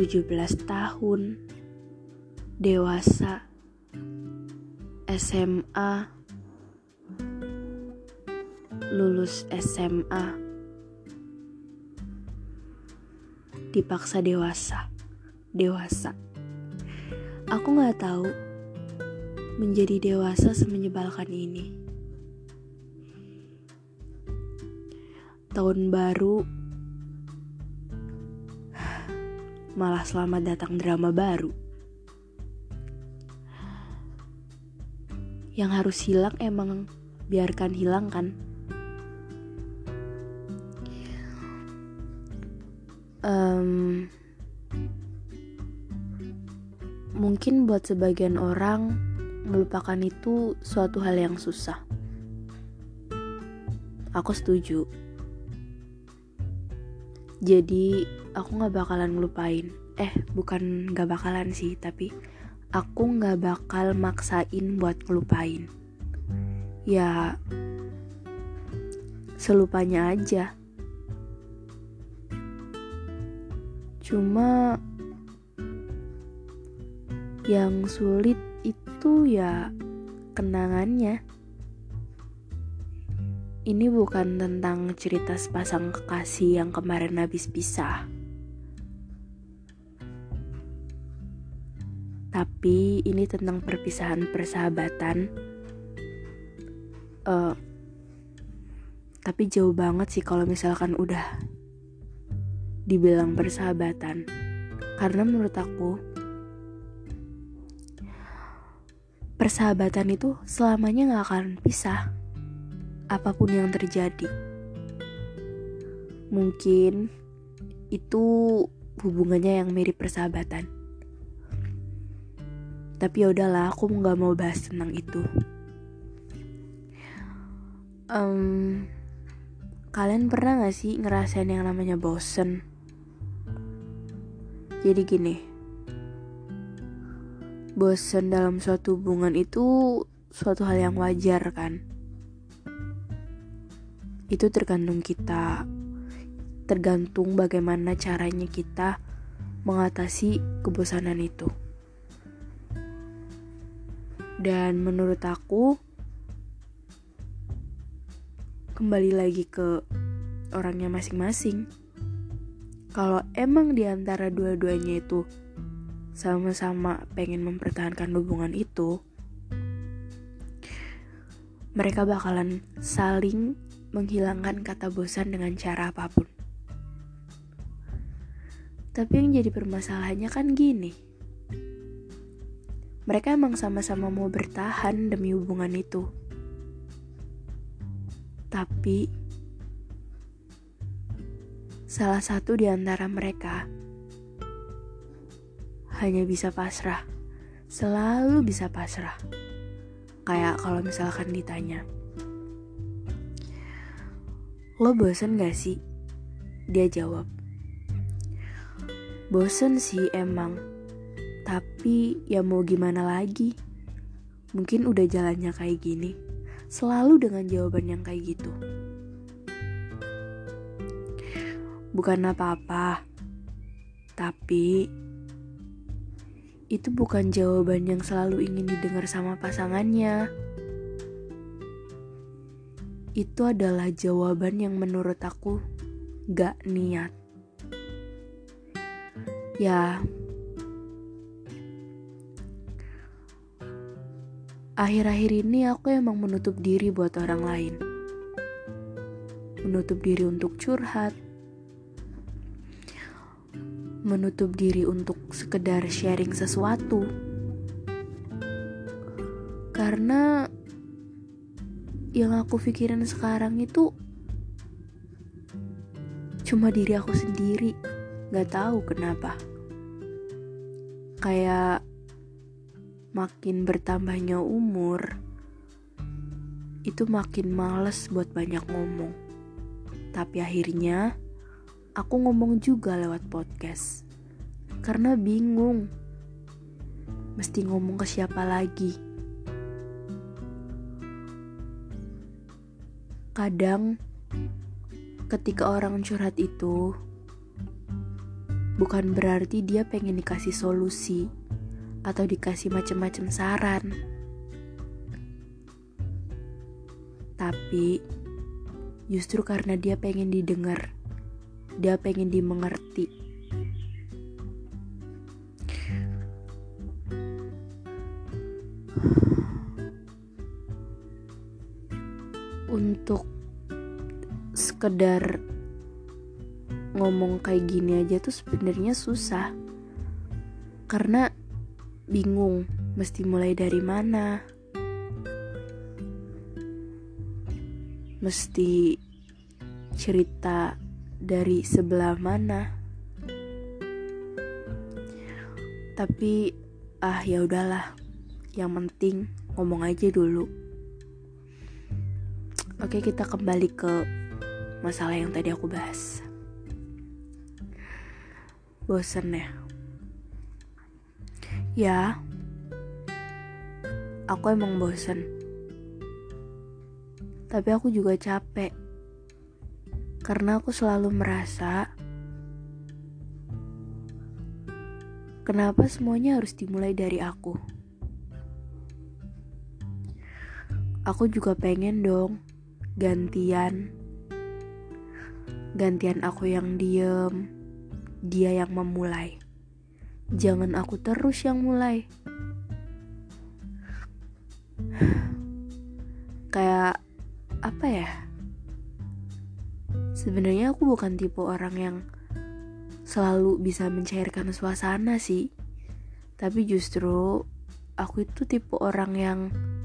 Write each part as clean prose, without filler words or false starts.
17 tahun, dewasa, SMA, lulus SMA, dipaksa dewasa. Aku gak tahu menjadi dewasa semenyebalkan ini. Tahun baru, malah selamat datang drama baru. Yang harus hilang emang biarkan hilang kan. Mungkin buat sebagian orang melupakan itu suatu hal yang susah. Aku setuju. Jadi aku gak bakalan ngelupain. Bukan gak bakalan sih, tapi aku gak bakal maksain buat ngelupain. Ya selupanya aja. Cuma yang sulit itu ya kenangannya. Ini bukan tentang cerita sepasang kekasih yang kemarin habis pisah. Tapi ini tentang perpisahan persahabatan. Tapi jauh banget sih kalau misalkan udah dibilang persahabatan. Karena menurut aku persahabatan itu selamanya gak akan pisah, apapun yang terjadi. Mungkin itu hubungannya yang mirip persahabatan. Tapi ya udahlah, aku gak mau bahas tentang itu. Kalian pernah gak sih ngerasain yang namanya bosen? Jadi gini, bosen dalam suatu hubungan itu suatu hal yang wajar kan. Itu tergantung kita, tergantung bagaimana caranya kita mengatasi kebosanan itu. Dan menurut aku, kembali lagi ke orangnya masing-masing. Kalau emang diantara dua-duanya itu sama-sama pengen mempertahankan hubungan itu, mereka bakalan saling menghilangkan kata bosan dengan cara apapun. Tapi yang jadi permasalahannya kan gini, mereka emang sama-sama mau bertahan demi hubungan itu, tapi salah satu di antara mereka hanya bisa pasrah, selalu bisa pasrah. Kayak kalau misalkan ditanya, lo bosen gak sih? Dia jawab, bosen sih emang, tapi ya mau gimana lagi. Mungkin udah jalannya kayak gini. Selalu dengan jawaban yang kayak gitu. Bukan apa-apa, tapi itu bukan jawaban yang selalu ingin didengar sama pasangannya. Itu adalah jawaban yang menurut aku gak niat. Ya, akhir-akhir ini aku emang menutup diri buat orang lain. Menutup diri untuk curhat, menutup diri untuk sekedar sharing sesuatu. Karena yang aku pikirin sekarang itu cuma diri aku sendiri. Gak tahu kenapa. Kayak makin bertambahnya umur, itu makin males buat banyak ngomong. Tapi akhirnya aku ngomong juga lewat podcast. Karena bingung mesti ngomong ke siapa lagi. Kadang ketika orang curhat itu bukan berarti dia pengen dikasih solusi atau dikasih macam-macam saran. Tapi justru karena dia pengen didengar, dia pengen dimengerti. Untuk sekedar ngomong kayak gini aja tuh sebenarnya susah, karena bingung mesti mulai dari mana, mesti cerita dari sebelah mana. Tapi ya udahlah, yang penting ngomong aja dulu. Oke, kita kembali ke masalah yang tadi aku bahas. Bosen ya? Ya, aku emang bosen. Tapi aku juga capek. Karena aku selalu merasa kenapa semuanya harus dimulai dari aku. Aku juga pengen dong gantian aku yang diem, dia yang memulai. Jangan aku terus yang mulai. Kayak apa ya? Sebenarnya aku bukan tipe orang yang selalu bisa mencairkan suasana sih. Tapi justru aku itu tipe orang yang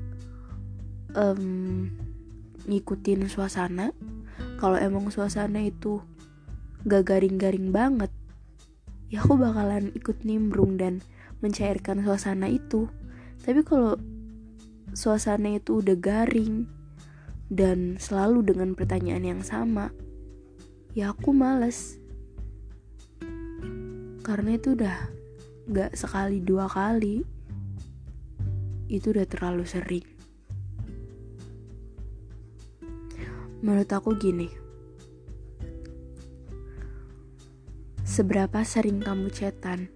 ngikutin suasana. Kalau emang suasana itu gak garing-garing banget, ya aku bakalan ikut nimbrung dan mencairkan suasana itu. Tapi kalau suasana itu udah garing dan selalu dengan pertanyaan yang sama, ya aku males. Karena itu udah gak sekali dua kali, itu udah terlalu sering. Menurut aku gini, seberapa sering kamu chatan,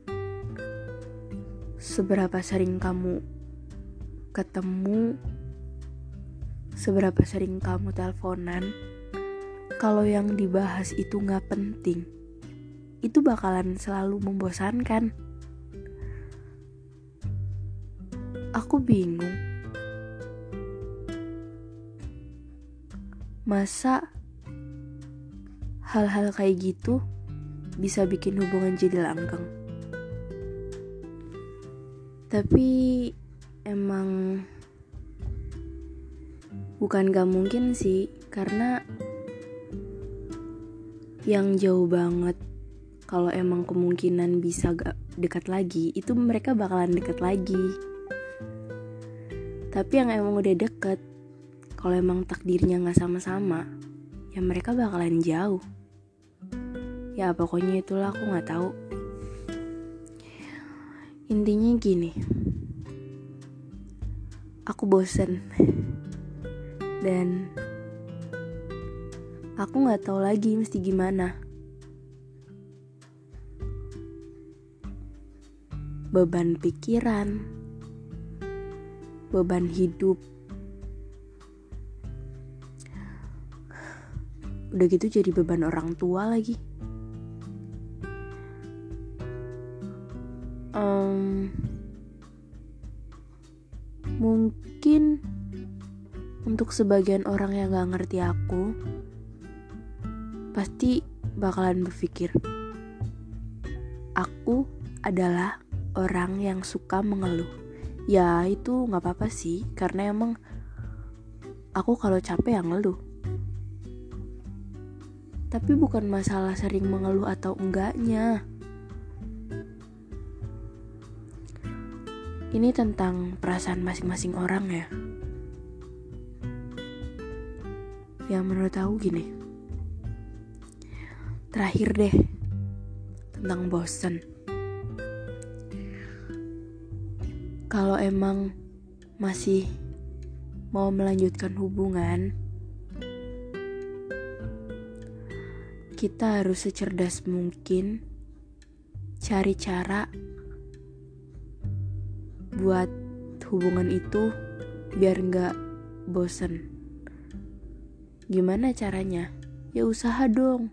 seberapa sering kamu ketemu, seberapa sering kamu teleponan, kalau yang dibahas itu gak penting, itu bakalan selalu membosankan. Aku bingung, masa hal-hal kayak gitu bisa bikin hubungan jadi langgeng. Tapi emang bukan gak mungkin sih, karena yang jauh banget, kalau emang kemungkinan bisa gak dekat lagi, itu mereka bakalan dekat lagi. Tapi yang emang udah deket, kalau emang takdirnya gak sama-sama, ya mereka bakalan jauh. Ya pokoknya itulah, aku gak tahu. Intinya gini, aku bosen dan aku gak tahu lagi mesti gimana. Beban pikiran, beban hidup, udah gitu jadi beban orang tua lagi. Mungkin untuk sebagian orang yang gak ngerti aku, pasti bakalan berpikir aku adalah orang yang suka mengeluh. Ya itu gak apa-apa sih, karena emang aku kalau capek ya ngeluh. Tapi bukan masalah sering mengeluh atau enggaknya. Ini tentang perasaan masing-masing orang ya. Ya menurut aku gini, terakhir deh, tentang bosen. Kalau emang masih mau melanjutkan hubungan, kita harus secerdas mungkin cari cara buat hubungan itu biar gak bosen. Gimana caranya? Ya usaha dong.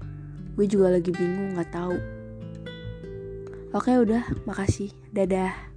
Gue juga lagi bingung, gak tahu. Oke udah, makasih. Dadah.